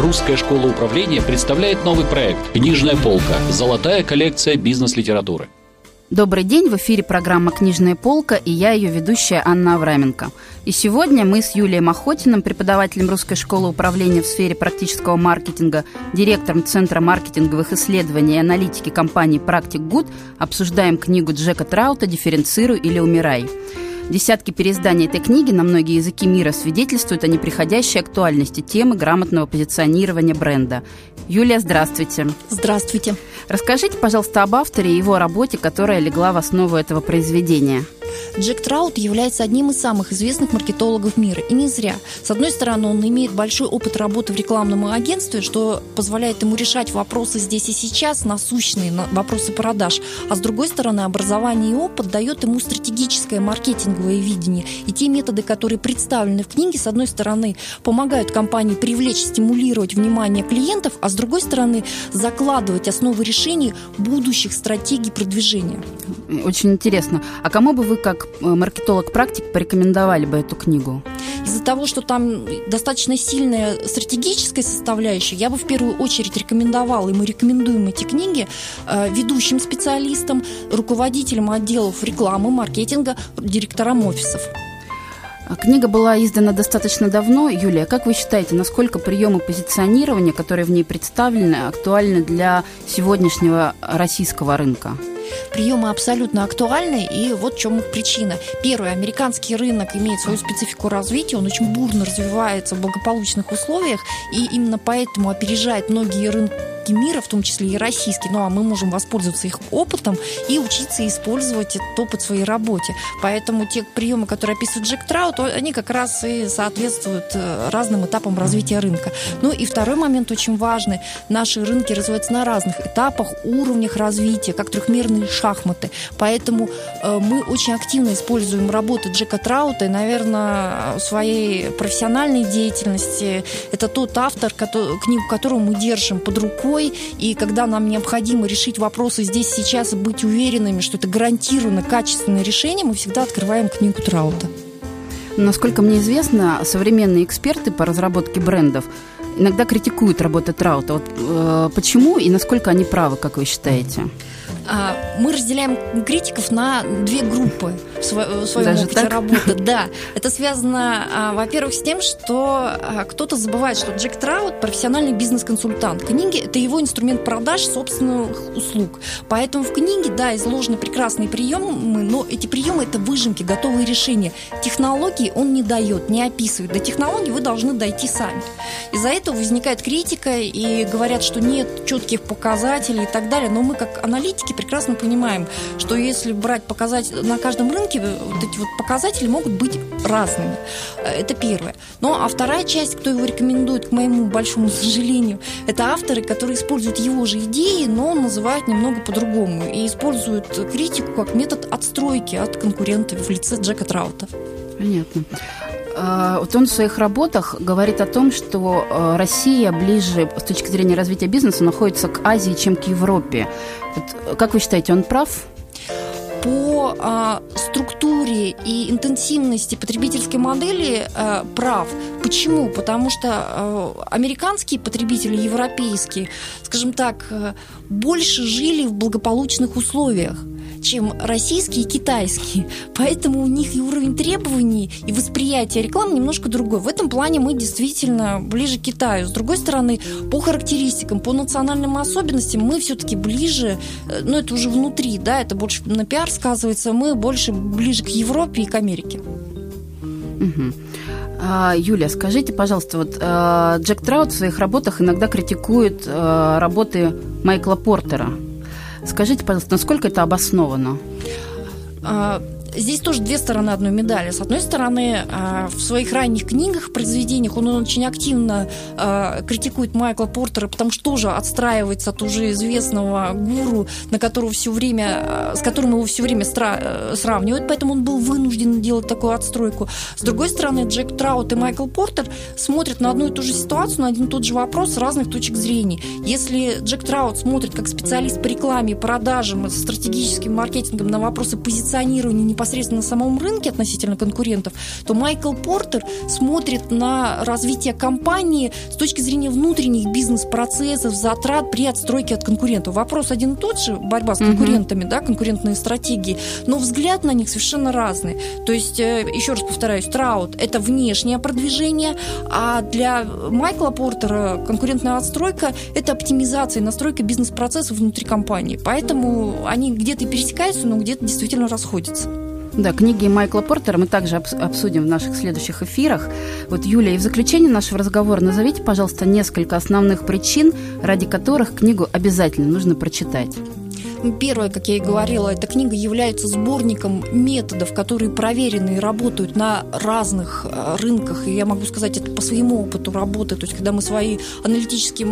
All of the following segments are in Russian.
Русская школа управления представляет новый проект «Книжная полка. Золотая коллекция бизнес-литературы». Добрый день, в эфире программа «Книжная полка» и я, ее ведущая Анна Авраменко. И сегодня мы с Юлией Охотиным, преподавателем Русской школы управления в сфере практического маркетинга, директором Центра маркетинговых исследований и аналитики компании «Практик Гуд», обсуждаем книгу Джека Траута «Дифференцируй или умирай». Десятки переизданий этой книги на многие языки мира свидетельствуют о неприходящей актуальности темы грамотного позиционирования бренда. Юлия, здравствуйте. Здравствуйте. Расскажите, пожалуйста, об авторе и его работе, которая легла в основу этого произведения. Джек Траут является одним из самых известных маркетологов мира. И не зря. С одной стороны, он имеет большой опыт работы в рекламном агентстве, что позволяет ему решать вопросы здесь и сейчас, насущные вопросы продаж. А с другой стороны, образование и опыт дает ему стратегическое маркетинговое видение. И те методы, которые представлены в книге, с одной стороны, помогают компании привлечь, стимулировать внимание клиентов, а с другой стороны, закладывать основы решений будущих стратегий продвижения. Очень интересно. А кому бы вы, как маркетолог-практик, порекомендовали бы эту книгу? Из-за того, что там достаточно сильная стратегическая составляющая, я бы в первую очередь рекомендовала, и мы рекомендуем эти книги ведущим специалистам, руководителям отделов рекламы, маркетинга, директорам офисов. Книга была издана достаточно давно. Юлия, как вы считаете, насколько приемы позиционирования, которые в ней представлены, актуальны для сегодняшнего российского рынка? Приемы абсолютно актуальны, и вот в чем их причина. Первое, американский рынок имеет свою специфику развития, он очень бурно развивается в благополучных условиях, и именно поэтому опережает многие рынки мира, в том числе и российский. Ну а мы можем воспользоваться их опытом и учиться использовать этот опыт в своей работе. Поэтому те приемы, которые описывает Джек Траут, они как раз и соответствуют разным этапам развития рынка. Ну и второй момент очень важный. Наши рынки развиваются на разных этапах, уровнях развития, как трехмерные шахматы. Поэтому мы очень активно используем работы Джека Траута, и, наверное, в своей профессиональной деятельности это тот автор, книгу которого мы держим под рукой. И когда нам необходимо решить вопросы здесь, сейчас и быть уверенными, что это гарантированно качественное решение, мы всегда открываем книгу Траута. Насколько мне известно, современные эксперты по разработке брендов иногда критикуют работу Траута. Вот, почему и насколько они правы, как вы считаете? Мы разделяем критиков на две группы в своем Даже опыте так? работы. Да, это связано, во-первых, с тем, что кто-то забывает, что Джек Траут – профессиональный бизнес-консультант. Книги – это его инструмент продаж собственных услуг. Поэтому в книге, да, изложены прекрасные приемы, но эти приемы – это выжимки, готовые решения. Технологии он не дает, не описывает. До технологий вы должны дойти сами. Из-за этого возникает критика, и говорят, что нет четких показателей и так далее. Но мы, как аналитики, прекрасно понимаем, что если брать показатели на каждом рынке, вот эти вот показатели могут быть разными. Это первое. Ну, а вторая часть, кто его рекомендует, к моему большому сожалению, это авторы, которые используют его же идеи, но называют немного по-другому и используют критику как метод отстройки от конкурентов в лице Джека Траута. Понятно. Вот он в своих работах говорит о том, что Россия ближе с точки зрения развития бизнеса находится к Азии, чем к Европе. Вот, как вы считаете, он прав? По структуре и интенсивности потребительской модели прав. Почему? Потому что американские потребители, европейские, скажем так, больше жили в благополучных условиях, чем российские и китайские. Поэтому у них и уровень требований, и восприятие рекламы немножко другой. В этом плане мы действительно ближе к Китаю. С другой стороны, по характеристикам, по национальным особенностям мы все-таки ближе, но это уже внутри, да, это больше на пиар сказывается, мы больше ближе к Европе и к Америке. Угу. Юля, скажите, пожалуйста, вот Джек Траут в своих работах иногда критикует работы Майкла Портера. Скажите, пожалуйста, насколько это обосновано? Здесь тоже две стороны одной медали. С одной стороны, в своих ранних книгах, произведениях он очень активно критикует Майкла Портера, потому что тоже отстраивается от уже известного гуру, с которым его все время сравнивают, поэтому он был вынужден делать такую отстройку. С другой стороны, Джек Траут и Майкл Портер смотрят на одну и ту же ситуацию, на один и тот же вопрос с разных точек зрения. Если Джек Траут смотрит как специалист по рекламе, продажам, стратегическим маркетингом на вопросы позиционирования непосредственно непосредственно на самом рынке относительно конкурентов, то Майкл Портер смотрит на развитие компании с точки зрения внутренних бизнес-процессов, затрат при отстройке от конкурентов. Вопрос один и тот же, борьба с конкурентами, да, конкурентные стратегии, но взгляд на них совершенно разный. То есть, еще раз повторяюсь, Траут – это внешнее продвижение, а для Майкла Портера конкурентная отстройка – это оптимизация, настройка бизнес-процессов внутри компании. Поэтому они где-то пересекаются, но где-то действительно расходятся. Да, книги Майкла Портера мы также обсудим в наших следующих эфирах. Вот, Юлия, и в заключение нашего разговора назовите, пожалуйста, несколько основных причин, ради которых книгу обязательно нужно прочитать. Первое, как я и говорила, эта книга является сборником методов, которые проверены и работают на разных рынках. И я могу сказать это по своему опыту работы. То есть, когда мы свои аналитические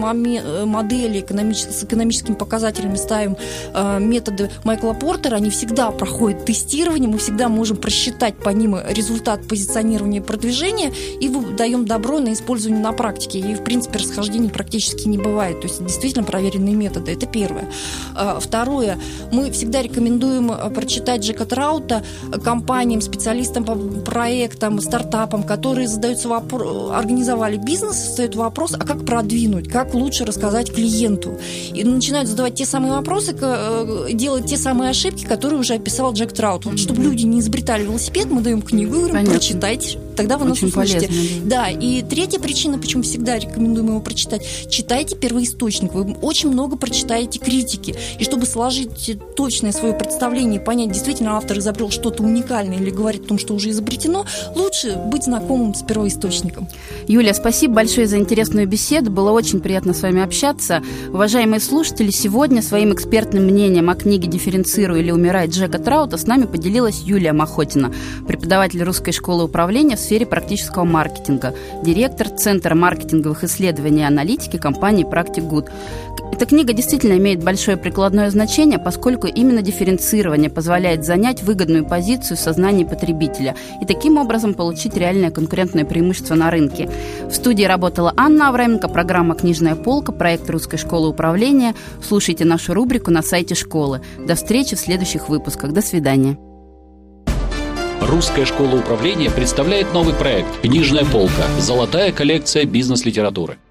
модели с экономическими показателями ставим методы Майкла Портера, они всегда проходят тестирование, мы всегда можем просчитать по ним результат позиционирования и продвижения и даем добро на использование на практике. И, в принципе, расхождений практически не бывает. То есть, действительно проверенные методы. Это первое. Второе. Мы всегда рекомендуем прочитать Джека Траута компаниям, специалистам по проектам, стартапам, которые задаются организовали бизнес, задают вопрос, а как продвинуть, как лучше рассказать клиенту. И начинают задавать те самые вопросы, делать те самые ошибки, которые уже описал Джек Траут. Вот, чтобы люди не изобретали велосипед, мы даем книгу и говорим, прочитайте, тогда вы нас услышите. Да, и третья причина, почему всегда рекомендуем его прочитать, читайте первоисточник, вы очень много прочитаете критики, и чтобы сложить точное свое представление и понять, действительно автор изобрел что-то уникальное или говорит о том, что уже изобретено, лучше быть знакомым с первоисточником. Юлия, спасибо большое за интересную беседу. Было очень приятно с вами общаться. Уважаемые слушатели, сегодня своим экспертным мнением о книге «Дифференцируй или умирай» Джека Траута с нами поделилась Юлия Махотина, преподаватель Русской школы управления в сфере практического маркетинга, директор Центра маркетинговых исследований и аналитики компании Practic Good. Эта книга действительно имеет большое прикладное значение, поскольку именно дифференцирование позволяет занять выгодную позицию в сознании потребителя и таким образом получить реальное конкурентное преимущество на рынке. В студии работала Анна Авраменко, программа «Книжная полка», проект Русской школы управления. Слушайте нашу рубрику на сайте школы. До встречи в следующих выпусках. До свидания. Русская школа управления представляет новый проект «Книжная полка. Золотая коллекция бизнес-литературы».